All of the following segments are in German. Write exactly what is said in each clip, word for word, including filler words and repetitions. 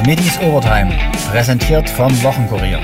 Middies Overtime, präsentiert vom Wochenkurier.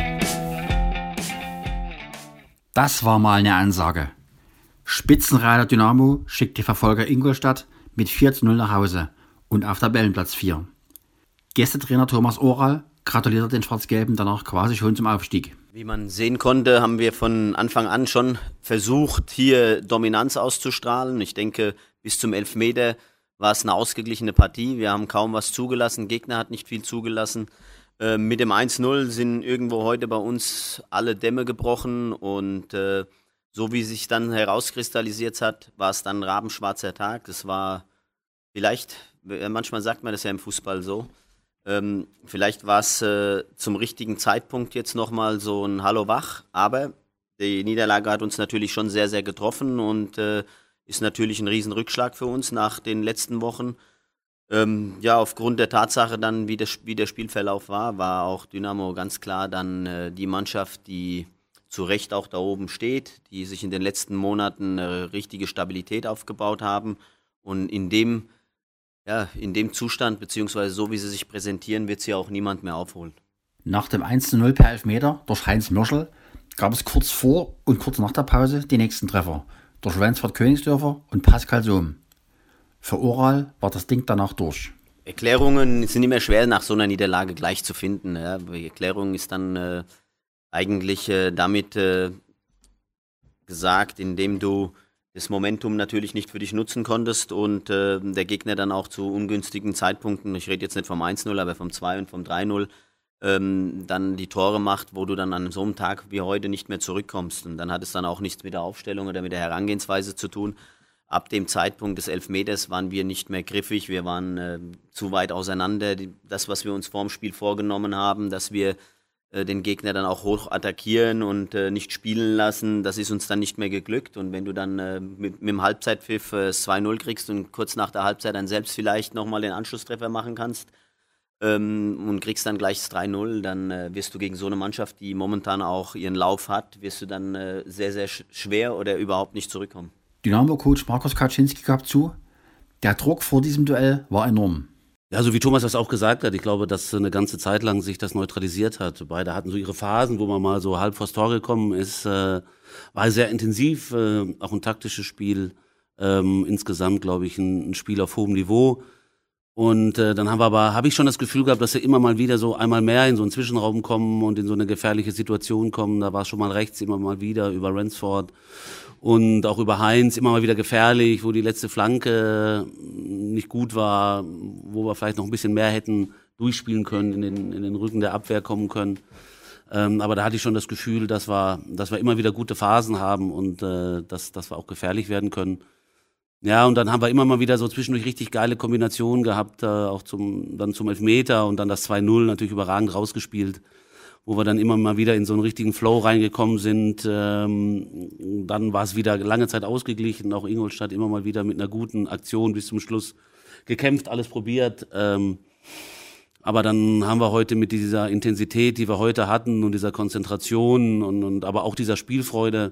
Das war mal eine Ansage. Spitzenreiter Dynamo schickt die Verfolger Ingolstadt mit vier zu null nach Hause und auf Tabellenplatz vier. Gästetrainer Thomas Oral gratulierte den Schwarz-Gelben danach quasi schon zum Aufstieg. Wie man sehen konnte, haben wir von Anfang an schon versucht, hier Dominanz auszustrahlen. Ich denke, bis zum Elfmeter war es eine ausgeglichene Partie. Wir haben kaum was zugelassen, Gegner hat nicht viel zugelassen. Äh, mit dem eins null sind irgendwo heute bei uns alle Dämme gebrochen und äh, so wie sich dann herauskristallisiert hat, war es dann ein rabenschwarzer Tag. Das war vielleicht, manchmal sagt man das ja im Fußball so, ähm, vielleicht war es äh, zum richtigen Zeitpunkt jetzt nochmal so ein Hallo wach, aber die Niederlage hat uns natürlich schon sehr, sehr getroffen und äh, ist natürlich ein Riesenrückschlag für uns nach den letzten Wochen. Ähm, ja, aufgrund der Tatsache dann, wie, das, wie der Spielverlauf war, war auch Dynamo ganz klar dann äh, die Mannschaft, die zu Recht auch da oben steht, die sich in den letzten Monaten eine richtige Stabilität aufgebaut haben. Und in dem, ja, in dem Zustand, beziehungsweise so wie sie sich präsentieren, wird sie auch niemand mehr aufholen. Nach dem eins zu null per Elfmeter durch Heinz Mörschel gab es kurz vor und kurz nach der Pause die nächsten Treffer durch Ransford Königsdörfer und Pascal Sohm. Für Oral war das Ding danach durch. Erklärungen sind immer schwer nach so einer Niederlage gleich zu finden. Ja. Die Erklärung ist dann äh, eigentlich äh, damit äh, gesagt, indem du das Momentum natürlich nicht für dich nutzen konntest und äh, der Gegner dann auch zu ungünstigen Zeitpunkten, ich rede jetzt nicht vom eins null, aber vom zwei und vom drei null, ähm, dann die Tore macht, wo du dann an so einem Tag wie heute nicht mehr zurückkommst. Und dann hat es dann auch nichts mit der Aufstellung oder mit der Herangehensweise zu tun. Ab dem Zeitpunkt des Elfmeters waren wir nicht mehr griffig, wir waren äh, zu weit auseinander. Die, das, was wir uns vorm Spiel vorgenommen haben, dass wir äh, den Gegner dann auch hoch attackieren und äh, nicht spielen lassen, das ist uns dann nicht mehr geglückt. Und wenn du dann äh, mit, mit dem Halbzeitpfiff äh, zwei null kriegst und kurz nach der Halbzeit dann selbst vielleicht nochmal den Anschlusstreffer machen kannst ähm, und kriegst dann gleich das drei null, dann äh, wirst du gegen so eine Mannschaft, die momentan auch ihren Lauf hat, wirst du dann äh, sehr, sehr sch- schwer oder überhaupt nicht zurückkommen. Dynamo-Coach Markus Kaczynski gab zu, der Druck vor diesem Duell war enorm. Ja, so wie Thomas das auch gesagt hat, ich glaube, dass eine ganze Zeit lang sich das neutralisiert hat. Beide hatten so ihre Phasen, wo man mal so halb vors Tor gekommen ist. Äh, war sehr intensiv, äh, auch ein taktisches Spiel. Ähm, insgesamt, glaube ich, ein, ein Spiel auf hohem Niveau. Und äh, dann haben wir aber, habe ich schon das Gefühl gehabt, dass sie immer mal wieder so einmal mehr in so einen Zwischenraum kommen und in so eine gefährliche Situation kommen. Da war es schon mal rechts, immer mal wieder über Ransford. Und auch über Heinz immer mal wieder gefährlich, wo die letzte Flanke nicht gut war, wo wir vielleicht noch ein bisschen mehr hätten durchspielen können, in den, in den Rücken der Abwehr kommen können. Ähm, aber da hatte ich schon das Gefühl, dass wir, dass wir immer wieder gute Phasen haben und äh, dass, dass wir auch gefährlich werden können. Ja, und dann haben wir immer mal wieder so zwischendurch richtig geile Kombinationen gehabt, äh, auch zum, dann zum Elfmeter und dann das zwei null natürlich überragend rausgespielt, wo wir dann immer mal wieder in so einen richtigen Flow reingekommen sind. Ähm, dann war es wieder lange Zeit ausgeglichen, auch Ingolstadt immer mal wieder mit einer guten Aktion bis zum Schluss gekämpft, alles probiert. Ähm, aber dann haben wir heute mit dieser Intensität, die wir heute hatten und dieser Konzentration und, und aber auch dieser Spielfreude,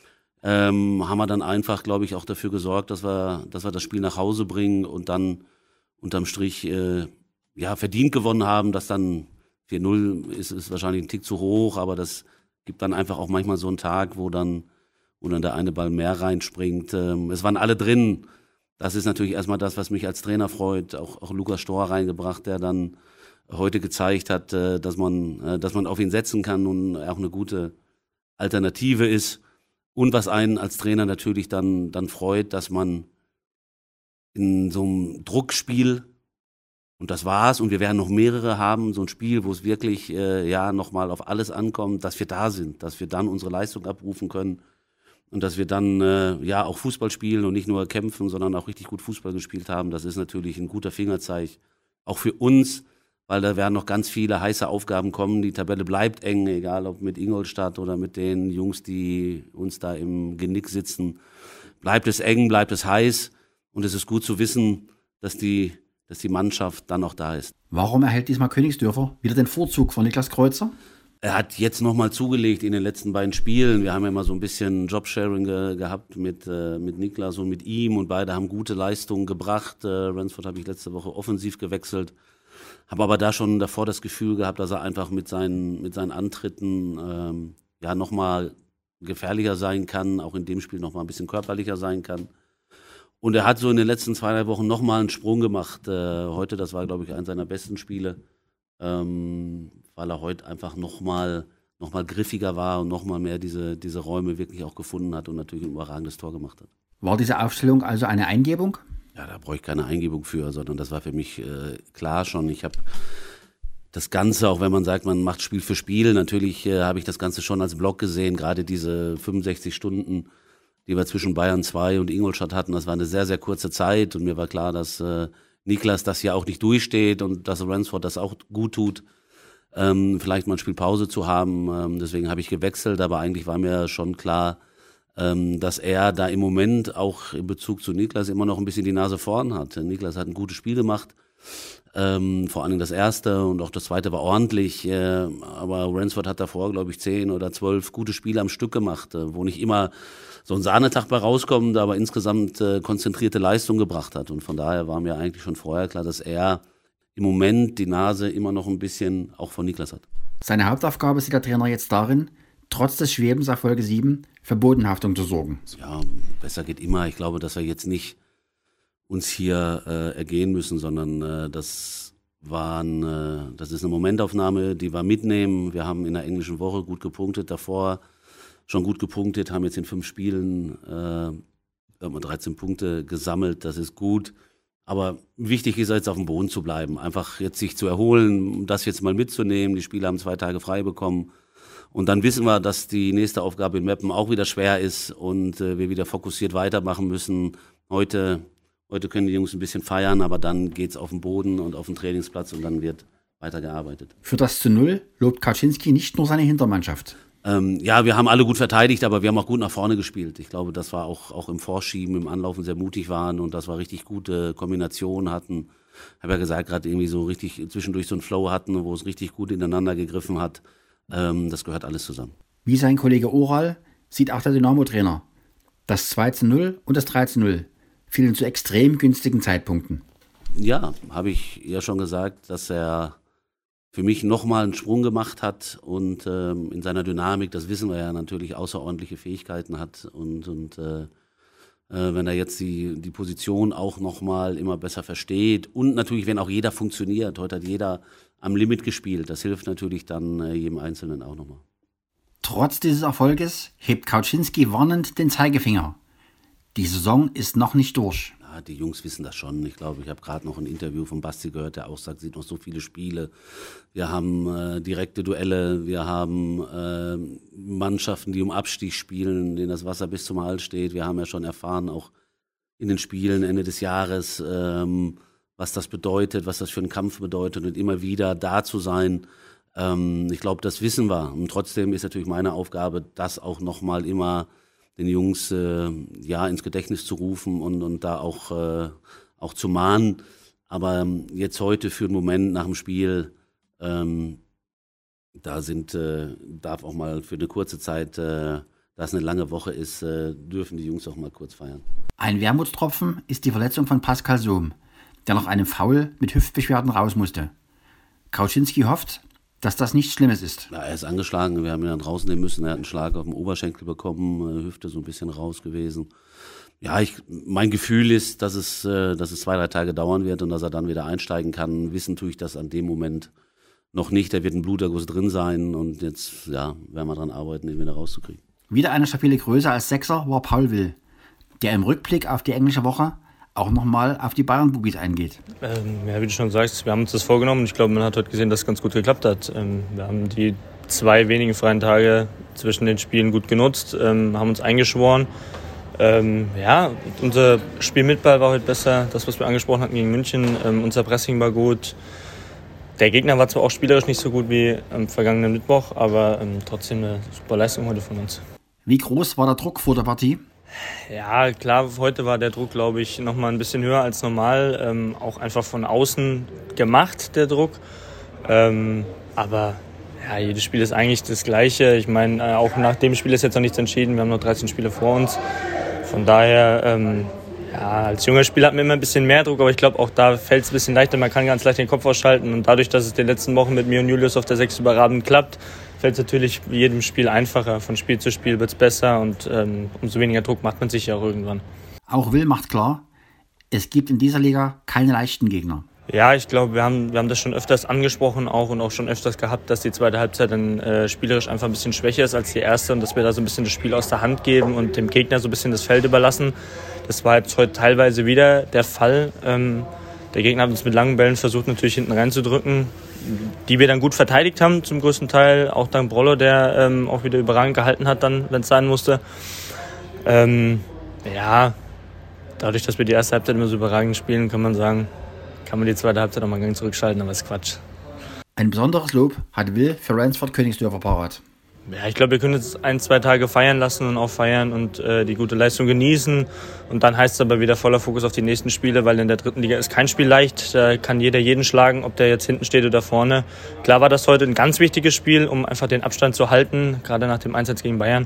ähm, haben wir dann einfach, glaube ich, auch dafür gesorgt, dass wir, dass wir das Spiel nach Hause bringen und dann unterm Strich äh, ja verdient gewonnen haben, dass dann vier null ist, ist wahrscheinlich ein Tick zu hoch, aber das gibt dann einfach auch manchmal so einen Tag, wo dann, wo dann der eine Ball mehr reinspringt. Ähm, es waren alle drin. Das ist natürlich erstmal das, was mich als Trainer freut. Auch, auch Lukas Stor reingebracht, der dann heute gezeigt hat, äh, dass man, äh, dass man auf ihn setzen kann und auch eine gute Alternative ist. Und was einen als Trainer natürlich dann, dann freut, dass man in so einem Druckspiel, und das war's, und wir werden noch mehrere haben, so ein Spiel, wo es wirklich äh, ja nochmal auf alles ankommt, dass wir da sind, dass wir dann unsere Leistung abrufen können und dass wir dann äh, ja auch Fußball spielen und nicht nur kämpfen, sondern auch richtig gut Fußball gespielt haben. Das ist natürlich ein guter Fingerzeig, auch für uns, weil da werden noch ganz viele heiße Aufgaben kommen. Die Tabelle bleibt eng, egal ob mit Ingolstadt oder mit den Jungs, die uns da im Genick sitzen. Bleibt es eng, bleibt es heiß und es ist gut zu wissen, dass die dass die Mannschaft dann auch da ist. Warum erhält diesmal Königsdörfer wieder den Vorzug von Niklas Kreuzer? Er hat jetzt nochmal zugelegt in den letzten beiden Spielen. Wir haben ja immer so ein bisschen Jobsharing ge- gehabt mit, äh, mit Niklas und mit ihm und beide haben gute Leistungen gebracht. Äh, Ransford habe ich letzte Woche offensiv gewechselt. Habe aber da schon davor das Gefühl gehabt, dass er einfach mit seinen, mit seinen Antritten ähm, ja nochmal gefährlicher sein kann, auch in dem Spiel nochmal ein bisschen körperlicher sein kann. Und er hat so in den letzten zwei, drei Wochen nochmal einen Sprung gemacht. Äh, heute, das war, glaube ich, eines seiner besten Spiele, ähm, weil er heute einfach nochmal noch mal griffiger war und nochmal mehr diese, diese Räume wirklich auch gefunden hat und natürlich ein überragendes Tor gemacht hat. War diese Aufstellung also eine Eingebung? Ja, da brauche ich keine Eingebung für, sondern das war für mich äh, klar schon. Ich habe das Ganze, auch wenn man sagt, man macht Spiel für Spiel, natürlich äh, habe ich das Ganze schon als Block gesehen, gerade diese fünfundsechzig Stunden, die wir zwischen Bayern zwei und Ingolstadt hatten, das war eine sehr, sehr kurze Zeit und mir war klar, dass äh, Niklas das ja auch nicht durchsteht und dass Ransford das auch gut tut, ähm, vielleicht mal eine Spielpause zu haben. Ähm, deswegen habe ich gewechselt, aber eigentlich war mir schon klar, ähm, dass er da im Moment auch in Bezug zu Niklas immer noch ein bisschen die Nase vorn hat. Niklas hat ein gutes Spiel gemacht, ähm, vor allem das erste und auch das zweite war ordentlich, äh, aber Ransford hat davor, glaube ich, zehn oder zwölf gute Spiele am Stück gemacht, äh, wo nicht immer so ein Sahnetag bei rauskommt, aber insgesamt äh, konzentrierte Leistung gebracht hat. Und von daher war mir eigentlich schon vorher klar, dass er im Moment die Nase immer noch ein bisschen auch von Niklas hat. Seine Hauptaufgabe sieht der Trainer jetzt darin, trotz des Schwebens auf Folge sieben für Bodenhaftung zu sorgen. Ja, besser geht immer. Ich glaube, dass wir jetzt nicht uns hier äh, ergehen müssen, sondern äh, das waren, äh, das ist eine Momentaufnahme, die wir mitnehmen. Wir haben in der englischen Woche gut gepunktet, davor schon gut gepunktet, haben jetzt in fünf Spielen äh, dreizehn Punkte gesammelt. Das ist gut. Aber wichtig ist jetzt auf dem Boden zu bleiben, einfach jetzt sich zu erholen, das jetzt mal mitzunehmen. Die Spieler haben zwei Tage frei bekommen. Und dann wissen wir, dass die nächste Aufgabe in Meppen auch wieder schwer ist und äh, wir wieder fokussiert weitermachen müssen. Heute, heute können die Jungs ein bisschen feiern, aber dann geht's auf den Boden und auf den Trainingsplatz und dann wird weitergearbeitet. Für das zu Null lobt Kaczynski nicht nur seine Hintermannschaft. Ähm, ja, wir haben alle gut verteidigt, aber wir haben auch gut nach vorne gespielt. Ich glaube, dass wir auch, auch im Vorschieben, im Anlaufen sehr mutig waren und dass wir richtig gute Kombinationen hatten. Ich habe ja gesagt, gerade irgendwie so richtig zwischendurch so einen Flow hatten, wo es richtig gut ineinander gegriffen hat. Ähm, das gehört alles zusammen. Wie sein Kollege Oral sieht auch der Dynamo-Trainer. Das zwei zu null und das drei zu null fielen zu extrem günstigen Zeitpunkten. Ja, habe ich ja schon gesagt, dass er für mich nochmal einen Sprung gemacht hat und ähm, in seiner Dynamik, das wissen wir ja natürlich, außerordentliche Fähigkeiten hat. Und, und äh, äh, wenn er jetzt die, die Position auch nochmal immer besser versteht und natürlich, wenn auch jeder funktioniert. Heute hat jeder am Limit gespielt. Das hilft natürlich dann äh, jedem Einzelnen auch nochmal. Trotz dieses Erfolges hebt Kaczynski warnend den Zeigefinger. Die Saison ist noch nicht durch. Ja, die Jungs wissen das schon. Ich glaube, ich habe gerade noch ein Interview von Basti gehört, der auch sagt, es sind noch so viele Spiele. Wir haben äh, direkte Duelle, wir haben äh, Mannschaften, die um Abstieg spielen, denen das Wasser bis zum Hals steht. Wir haben ja schon erfahren, auch in den Spielen Ende des Jahres, ähm, was das bedeutet, was das für einen Kampf bedeutet und immer wieder da zu sein. Ähm, ich glaube, das wissen wir. Und trotzdem ist natürlich meine Aufgabe, das auch nochmal immer den Jungs äh, ja ins Gedächtnis zu rufen und, und da auch, äh, auch zu mahnen. Aber ähm, jetzt heute für einen Moment nach dem Spiel, ähm, da sind, äh, darf auch mal für eine kurze Zeit, äh, da es eine lange Woche ist, äh, dürfen die Jungs auch mal kurz feiern. Ein Wermutstropfen ist die Verletzung von Pascal Sohm, der nach einem Foul mit Hüftbeschwerden raus musste. Kaczynski hofft, dass das nichts Schlimmes ist. Ja, er ist angeschlagen, wir haben ihn dann draußen nehmen müssen, er hat einen Schlag auf den Oberschenkel bekommen, Hüfte so ein bisschen raus gewesen. Ja, ich, mein Gefühl ist, dass es, äh, dass es zwei, drei Tage dauern wird und dass er dann wieder einsteigen kann. Wissen tue ich das an dem Moment noch nicht, da wird ein Bluterguss drin sein und jetzt ja, werden wir daran arbeiten, ihn wieder rauszukriegen. Wieder eine stabile Größe als Sechser war Paul Will, der im Rückblick auf die englische Woche auch nochmal auf die Bayern-Bubis eingeht. Ähm, ja, wie du schon sagst, wir haben uns das vorgenommen und ich glaube, man hat heute gesehen, dass es ganz gut geklappt hat. Ähm, wir haben die zwei wenigen freien Tage zwischen den Spielen gut genutzt, ähm, haben uns eingeschworen. Ähm, ja, unser Spiel mit Ball war heute besser, das, was wir angesprochen hatten gegen München. Ähm, unser Pressing war gut. Der Gegner war zwar auch spielerisch nicht so gut wie am vergangenen Mittwoch, aber ähm, trotzdem eine super Leistung heute von uns. Wie groß war der Druck vor der Partie? Ja, klar, heute war der Druck, glaube ich, noch mal ein bisschen höher als normal. Ähm, auch einfach von außen gemacht, der Druck. Ähm, aber ja, jedes Spiel ist eigentlich das Gleiche. Ich meine, äh, auch nach dem Spiel ist jetzt noch nichts entschieden. Wir haben noch dreizehn Spiele vor uns. Von daher, ähm, Ja, als junger Spieler hat man immer ein bisschen mehr Druck, aber ich glaube, auch da fällt es ein bisschen leichter. Man kann ganz leicht den Kopf ausschalten und dadurch, dass es in den letzten Wochen mit mir und Julius auf der sechs überragend klappt, fällt es natürlich jedem Spiel einfacher. Von Spiel zu Spiel wird es besser und ähm, umso weniger Druck macht man sich ja auch irgendwann. Auch Will macht klar, es gibt in dieser Liga keine leichten Gegner. Ja, ich glaube, wir haben, wir haben das schon öfters angesprochen auch und auch schon öfters gehabt, dass die zweite Halbzeit dann äh, spielerisch einfach ein bisschen schwächer ist als die erste und dass wir da so ein bisschen das Spiel aus der Hand geben und dem Gegner so ein bisschen das Feld überlassen. Das war jetzt heute teilweise wieder der Fall. Ähm, der Gegner hat uns mit langen Bällen versucht, natürlich hinten reinzudrücken, die wir dann gut verteidigt haben zum größten Teil. Auch dank Brollo, der ähm, auch wieder überragend gehalten hat, dann, wenn es sein musste. Ähm, ja, dadurch, dass wir die erste Halbzeit immer so überragend spielen, kann man sagen, kann man die zweite Halbzeit noch mal einen Gang zurückschalten, aber das ist Quatsch. Ein besonderes Lob hat Will für Ransford Königsdörfer parat. Ja, ich glaube, wir können jetzt ein, zwei Tage feiern lassen und auch feiern und äh, die gute Leistung genießen. Und dann heißt es aber wieder voller Fokus auf die nächsten Spiele, weil in der dritten Liga ist kein Spiel leicht. Da kann jeder jeden schlagen, ob der jetzt hinten steht oder vorne. Klar war das heute ein ganz wichtiges Spiel, um einfach den Abstand zu halten, gerade nach dem Einsatz gegen Bayern.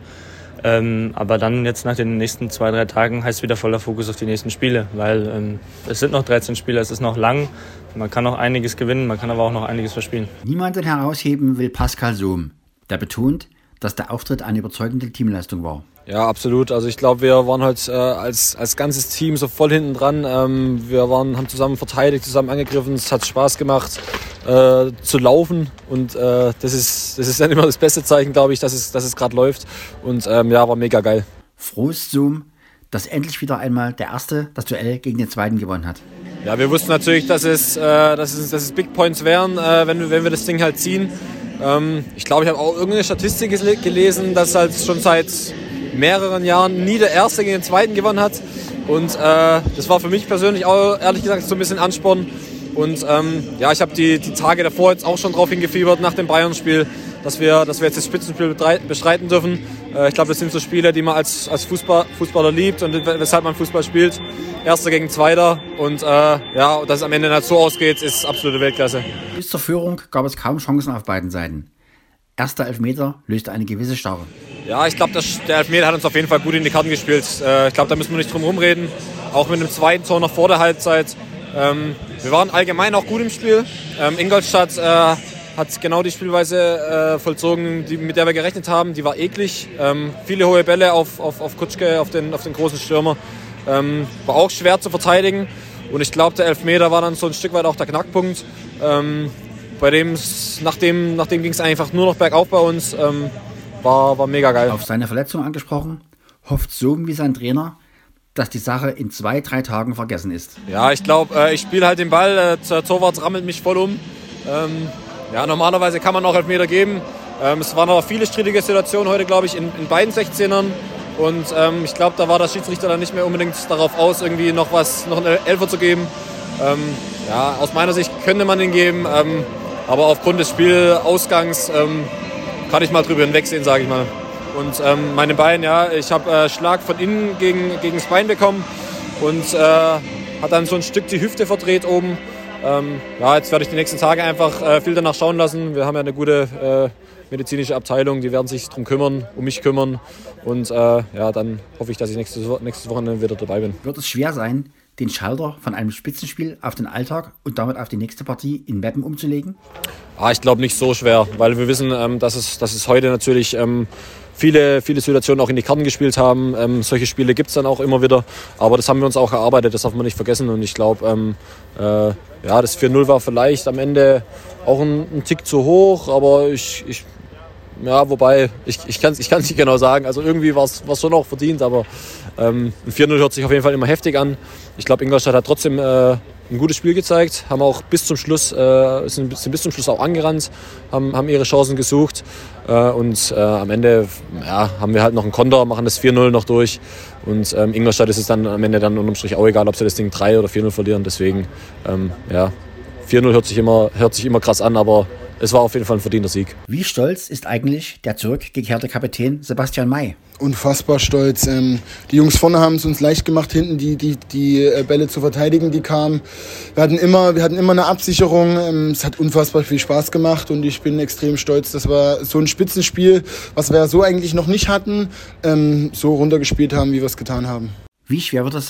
Ähm, aber dann jetzt nach den nächsten zwei, drei Tagen heißt wieder voller Fokus auf die nächsten Spiele, weil ähm, es sind noch dreizehn Spiele, es ist noch lang, man kann noch einiges gewinnen, man kann aber auch noch einiges verspielen. Niemanden herausheben will Pascal Sohm, der betont, dass der Auftritt eine überzeugende Teamleistung war. Ja, absolut. Also ich glaube, wir waren halt äh, als, als ganzes Team so voll hinten dran. Ähm, wir waren, haben zusammen verteidigt, zusammen angegriffen. Es hat Spaß gemacht äh, zu laufen und äh, das ist das ist dann immer das beste Zeichen, glaube ich, dass es, dass es gerade läuft. Und ähm, ja, war mega geil. Froh ist Sohm, dass endlich wieder einmal der Erste das Duell gegen den Zweiten gewonnen hat. Ja, wir wussten natürlich, dass es, äh, dass es, dass es Big Points wären, äh, wenn, wenn wir das Ding halt ziehen. Ähm, ich glaube, ich habe auch irgendeine Statistik gelesen, dass halt schon seit mehreren Jahren nie der Erste gegen den Zweiten gewonnen hat. Und äh, das war für mich persönlich auch, ehrlich gesagt, so ein bisschen Ansporn. Und ähm, ja, ich habe die, die Tage davor jetzt auch schon drauf hingefiebert nach dem Bayern-Spiel, dass wir, dass wir jetzt das Spitzenspiel bestreiten dürfen. Äh, ich glaube, das sind so Spiele, die man als, als Fußball, Fußballer liebt und weshalb man Fußball spielt. Erster gegen Zweiter. Und äh, ja, dass es am Ende nicht so ausgeht, ist absolute Weltklasse. Bis zur Führung gab es kaum Chancen auf beiden Seiten. Erster Elfmeter löste eine gewisse Starre. Ja, ich glaube, der Elfmeter hat uns auf jeden Fall gut in die Karten gespielt. Äh, ich glaube, da müssen wir nicht drum herum reden. Auch mit dem zweiten Tor noch vor der Halbzeit. Ähm, wir waren allgemein auch gut im Spiel. Ähm, Ingolstadt äh, hat genau die Spielweise äh, vollzogen, die, mit der wir gerechnet haben. Die war eklig. Ähm, viele hohe Bälle auf, auf, auf Kutschke, auf den, auf den großen Stürmer. Ähm, war auch schwer zu verteidigen. Und ich glaube, der Elfmeter war dann so ein Stück weit auch der Knackpunkt. Ähm, bei dem, nachdem, nachdem ging es einfach nur noch bergauf bei uns. Ähm, war, war mega geil. Auf seine Verletzung angesprochen, hofft Sohm wie sein Trainer, dass die Sache in zwei, drei Tagen vergessen ist. Ja, ich glaube, äh, ich spiele halt den Ball. Äh, der Torwart rammelt mich voll um. Ähm, ja, normalerweise kann man auch Elfmeter geben. Ähm, es waren aber viele strittige Situationen heute, glaube ich, in, in beiden sechzehnern. Und ähm, ich glaube, da war der Schiedsrichter dann nicht mehr unbedingt darauf aus, irgendwie noch was, noch einen Elfer zu geben. Ähm, ja, aus meiner Sicht könnte man den geben, ähm, aber aufgrund des Spielausgangs ähm, kann ich mal drüber hinwegsehen, sage ich mal. Und ähm, meine Beine, ja, ich habe äh, Schlag von innen gegen, gegen das Bein bekommen und äh, hat dann so ein Stück die Hüfte verdreht oben. Ähm, ja, jetzt werde ich die nächsten Tage einfach äh, viel danach schauen lassen. Wir haben ja eine gute äh, medizinische Abteilung, die werden sich darum kümmern, um mich kümmern. Und äh, ja, dann hoffe ich, dass ich nächstes, nächstes Wochenende wieder dabei bin. Wird es schwer sein, den Schalter von einem Spitzenspiel auf den Alltag und damit auf die nächste Partie in Meppen umzulegen? Ah, ich glaube nicht so schwer, weil wir wissen, ähm, dass, es, dass es heute natürlich ähm, viele, viele Situationen auch in die Karten gespielt haben. Ähm, solche Spiele gibt es dann auch immer wieder, aber das haben wir uns auch erarbeitet, das darf man nicht vergessen. Und ich glaube, ähm, äh, ja, das vier null war vielleicht am Ende auch ein, ein Tick zu hoch, aber ich... ich Ja, wobei, ich, ich kann es ich kann's nicht genau sagen. Also irgendwie war es schon auch verdient, aber ähm, ein vier null hört sich auf jeden Fall immer heftig an. Ich glaube, Ingolstadt hat trotzdem äh, ein gutes Spiel gezeigt, haben auch bis zum Schluss, äh, sind, sind bis zum Schluss auch angerannt, haben, haben ihre Chancen gesucht äh, und äh, am Ende ja, haben wir halt noch einen Konter, machen das vier null noch durch und ähm, Ingolstadt ist es dann am Ende dann unterm Strich auch egal, ob sie das Ding drei oder vier null verlieren. Deswegen, ähm, ja, vier null hört sich immer, hört sich immer krass an, aber es war auf jeden Fall ein verdienter Sieg. Wie stolz ist eigentlich der zurückgekehrte Kapitän Sebastian May? Unfassbar stolz. Ähm, die Jungs vorne haben es uns leicht gemacht, hinten die, die, die Bälle zu verteidigen, die kamen. Wir hatten immer, wir hatten immer eine Absicherung. Ähm, es hat unfassbar viel Spaß gemacht und ich bin extrem stolz. Das war so ein Spitzenspiel, was wir so eigentlich noch nicht hatten, ähm, so runtergespielt haben, wie wir es getan haben. Wie schwer wird es sein,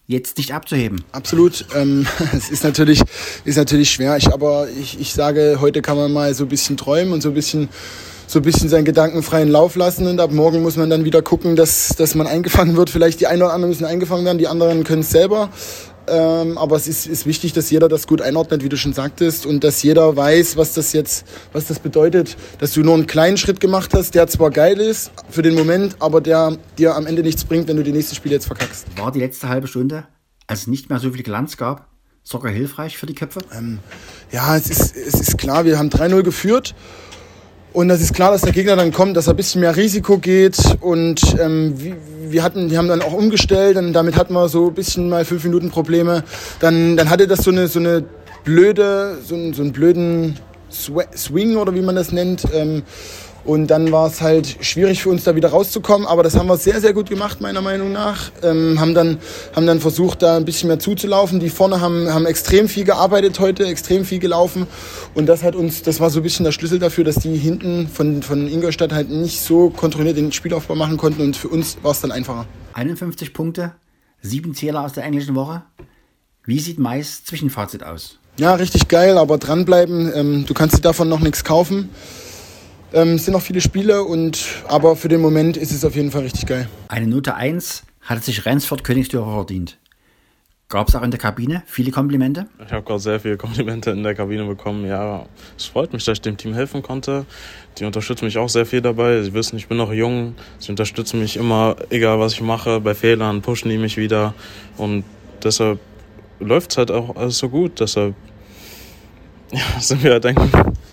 jetzt nicht abzuheben. Absolut. Ähm, es ist natürlich, ist natürlich schwer. Ich, aber ich, ich sage, heute kann man mal so ein bisschen träumen und so ein bisschen, so ein bisschen seinen gedankenfreien Lauf lassen. Und ab morgen muss man dann wieder gucken, dass, dass man eingefangen wird. Vielleicht die einen oder anderen müssen eingefangen werden, die anderen können es selber. Ähm, aber es ist, ist wichtig, dass jeder das gut einordnet, wie du schon sagtest, und dass jeder weiß, was das jetzt, was das bedeutet, dass du nur einen kleinen Schritt gemacht hast, der zwar geil ist für den Moment, aber der dir am Ende nichts bringt, wenn du die nächste Spiele jetzt verkackst. War die letzte halbe Stunde, als es nicht mehr so viel Glanz gab, sogar hilfreich für die Köpfe? Ähm, ja, es ist, es ist klar, wir haben drei null geführt. Und das ist klar, dass der Gegner dann kommt, dass er ein bisschen mehr Risiko geht. Und ähm, wir, wir hatten, die haben dann auch umgestellt und damit hatten wir so ein bisschen mal fünf Minuten Probleme. Dann, dann hatte das so eine, so eine blöde, so einen, so einen blöden Swing oder wie man das nennt. Ähm, und dann war es halt schwierig für uns da wieder rauszukommen. Aber das haben wir sehr, sehr gut gemacht, meiner Meinung nach. Ähm, haben dann, haben dann versucht, da ein bisschen mehr zuzulaufen. Die vorne haben, haben extrem viel gearbeitet heute, extrem viel gelaufen. Und das hat uns, das war so ein bisschen der Schlüssel dafür, dass die hinten von, von Ingolstadt halt nicht so kontrolliert den Spielaufbau machen konnten. Und für uns war es dann einfacher. einundfünfzig Punkte, sieben Zähler aus der englischen Woche. Wie sieht Mais Zwischenfazit aus? Ja, richtig geil, aber dranbleiben. Ähm, du kannst dir davon noch nichts kaufen. Ähm, es sind noch viele Spiele, und, aber für den Moment ist es auf jeden Fall richtig geil. Eine Note eins hatte sich Rensford-Königsdörfer verdient. Gab es auch in der Kabine viele Komplimente? Ich habe gerade sehr viele Komplimente in der Kabine bekommen. Ja, es freut mich, dass ich dem Team helfen konnte. Die unterstützen mich auch sehr viel dabei. Sie wissen, ich bin noch jung. Sie unterstützen mich immer, egal was ich mache. Bei Fehlern pushen die mich wieder. Und deshalb läuft es halt auch alles so gut. Deshalb ja, sind wir halt ein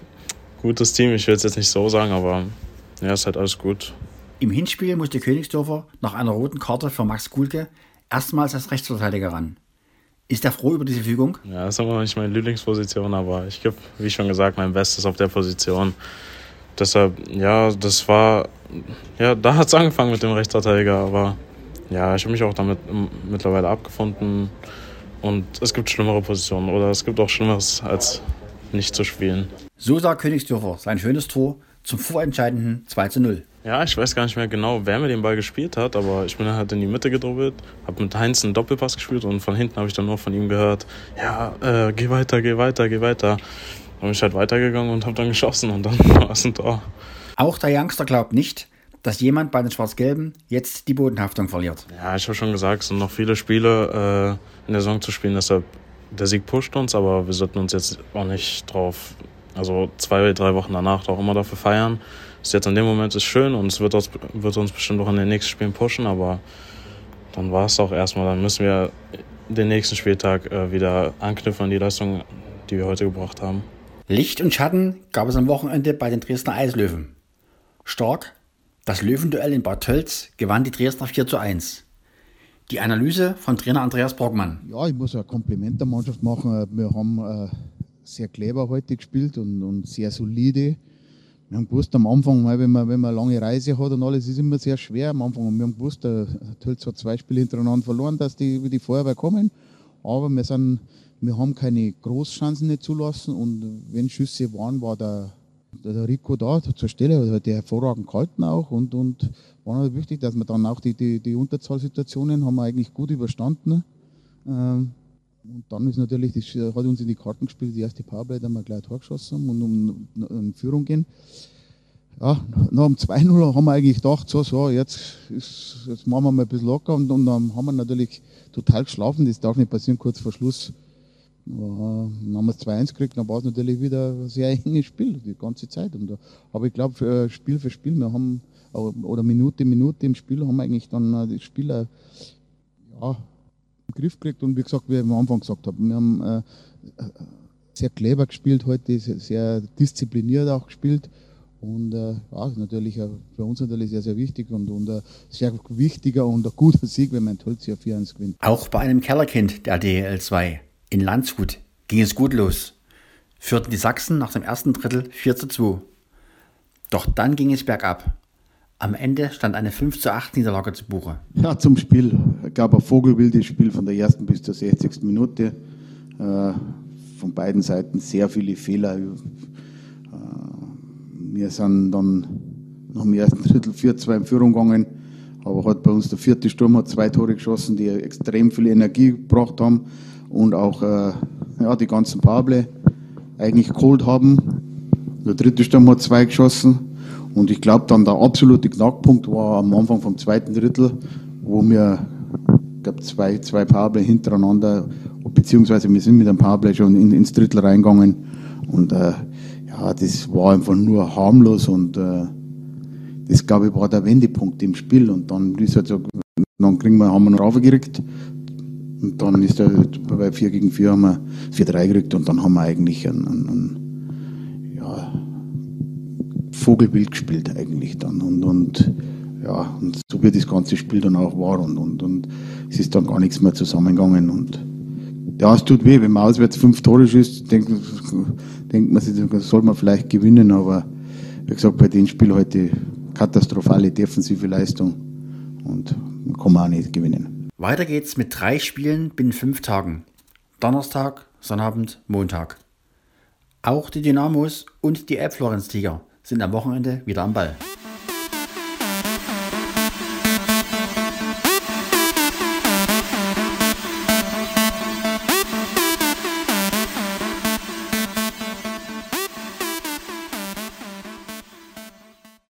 gutes Team. Ich will es jetzt nicht so sagen, aber ja, ist halt alles gut. Im Hinspiel musste Königsdörfer nach einer roten Karte für Max Kuhlke erstmals als Rechtsverteidiger ran. Ist er froh über diese Fügung? Ja, das ist immer noch nicht meine Lieblingsposition, aber ich gebe, wie schon gesagt, mein Bestes auf der Position. Deshalb, ja, das war, ja, da hat es angefangen mit dem Rechtsverteidiger, aber ja, ich habe mich auch damit mittlerweile abgefunden, und es gibt schlimmere Positionen oder es gibt auch Schlimmeres, als nicht zu spielen. So sah Königsdörfer sein schönes Tor zum vorentscheidenden zwei zu null. Ja, ich weiß gar nicht mehr genau, wer mir den Ball gespielt hat, aber ich bin halt in die Mitte gedribbelt, habe mit Heinz einen Doppelpass gespielt und von hinten habe ich dann nur von ihm gehört, ja, äh, geh weiter, geh weiter, geh weiter. Dann bin ich halt weitergegangen und habe dann geschossen und dann war es ein Tor. Auch der Youngster glaubt nicht, dass jemand bei den Schwarz-Gelben jetzt die Bodenhaftung verliert. Ja, ich habe schon gesagt, es sind noch viele Spiele äh, in der Saison zu spielen, deshalb der Sieg pusht uns, aber wir sollten uns jetzt auch nicht drauf, also zwei, drei Wochen danach auch immer dafür feiern. Ist jetzt in dem Moment ist schön und es wird uns, wird uns bestimmt auch in den nächsten Spielen pushen, aber dann war es auch erstmal. Dann müssen wir den nächsten Spieltag äh, wieder anknüpfen an die Leistung, die wir heute gebracht haben. Licht und Schatten gab es am Wochenende bei den Dresdner Eislöwen. Stark, das Löwenduell in Bad Tölz gewann die Dresdner vier zu eins. Die Analyse von Trainer Andreas Brockmann. Ja, ich muss ein Kompliment der Mannschaft machen. Wir haben äh, sehr clever heute gespielt und, und sehr solide. Wir haben gewusst, am Anfang, wenn man, wenn man eine lange Reise hat und alles, ist immer sehr schwer am Anfang. Und wir haben gewusst, der Tölz hat zwei Spiele hintereinander verloren, dass die wie die Feuerwehr kommen. Aber wir, sind, wir haben keine Großchancen nicht zulassen. Und wenn Schüsse waren, war der, der, der Rico da zur Stelle, hat der hervorragend gehalten auch. Und, und war halt wichtig, dass wir dann auch die, die, die Unterzahlsituationen haben wir eigentlich gut überstanden. Ähm, Und dann ist natürlich, das hat uns in die Karten gespielt, die erste Powerplay, da haben wir gleich ein Tor geschossen und um in Führung gehen. Ja, nach dem zwei null haben wir eigentlich gedacht, so, so, jetzt, ist, jetzt machen wir mal ein bisschen locker, und, und dann haben wir natürlich total geschlafen, das darf nicht passieren, kurz vor Schluss. Ja, dann haben wir es zwei eins gekriegt, dann war es natürlich wieder ein sehr enges Spiel, die ganze Zeit. Und, aber ich glaube, Spiel für Spiel, wir haben, oder Minute, Minute im Spiel, haben wir eigentlich dann das Spiel, ja, Griff gekriegt. Und wie gesagt, wie ich am Anfang gesagt habe, wir haben äh, sehr clever gespielt heute, sehr, sehr diszipliniert auch gespielt, und äh, ja, ist natürlich äh, für uns natürlich sehr, sehr wichtig und, und ein sehr wichtiger und ein guter Sieg, wenn man in Tölz hier vier eins gewinnt. Auch bei einem Kellerkind der D E L zwei in Landshut ging es gut los. Führten die Sachsen nach dem ersten Drittel vier zu zwei. Doch dann ging es bergab. Am Ende stand eine fünf zu acht Niederlage zu Buche. Ja, zum Spiel. Es gab ein vogelwildes Spiel von der ersten bis zur sechzigsten Minute. Äh, von beiden Seiten sehr viele Fehler. Äh, wir sind dann nach dem ersten Drittel vier zwei in Führung gegangen, aber hat bei uns der vierte Sturm hat zwei Tore geschossen, die extrem viel Energie gebracht haben und auch äh, ja, die ganzen Powerplay eigentlich geholt haben. Der dritte Sturm hat zwei geschossen und ich glaube dann der absolute Knackpunkt war am Anfang vom zweiten Drittel, wo wir ich glaube zwei, zwei Powerplay hintereinander, beziehungsweise wir sind mit einem Powerplay schon in, ins Drittel reingegangen und äh, ja, das war einfach nur harmlos und äh, das, glaube ich, war der Wendepunkt im Spiel. Und dann ist halt so, dann kriegen wir, haben wir noch raufgekriegt. Und dann ist der, bei vier gegen vier haben wir vier drei gekriegt und dann haben wir eigentlich ein, ein, ein ja, Vogelwild gespielt eigentlich dann. Und, und ja, und so wie das ganze Spiel dann auch war. Und, und, und es ist dann gar nichts mehr zusammengegangen. Und ja, es tut weh, wenn man auswärts fünf Tore schießt, denkt, denkt man sich, soll man vielleicht gewinnen. Aber wie gesagt, bei dem Spiel heute katastrophale defensive Leistung und kann man auch nicht gewinnen. Weiter geht's mit drei Spielen binnen fünf Tagen. Donnerstag, Sonnabend, Montag. Auch die Dynamos und die Elbflorenz Tiger sind am Wochenende wieder am Ball.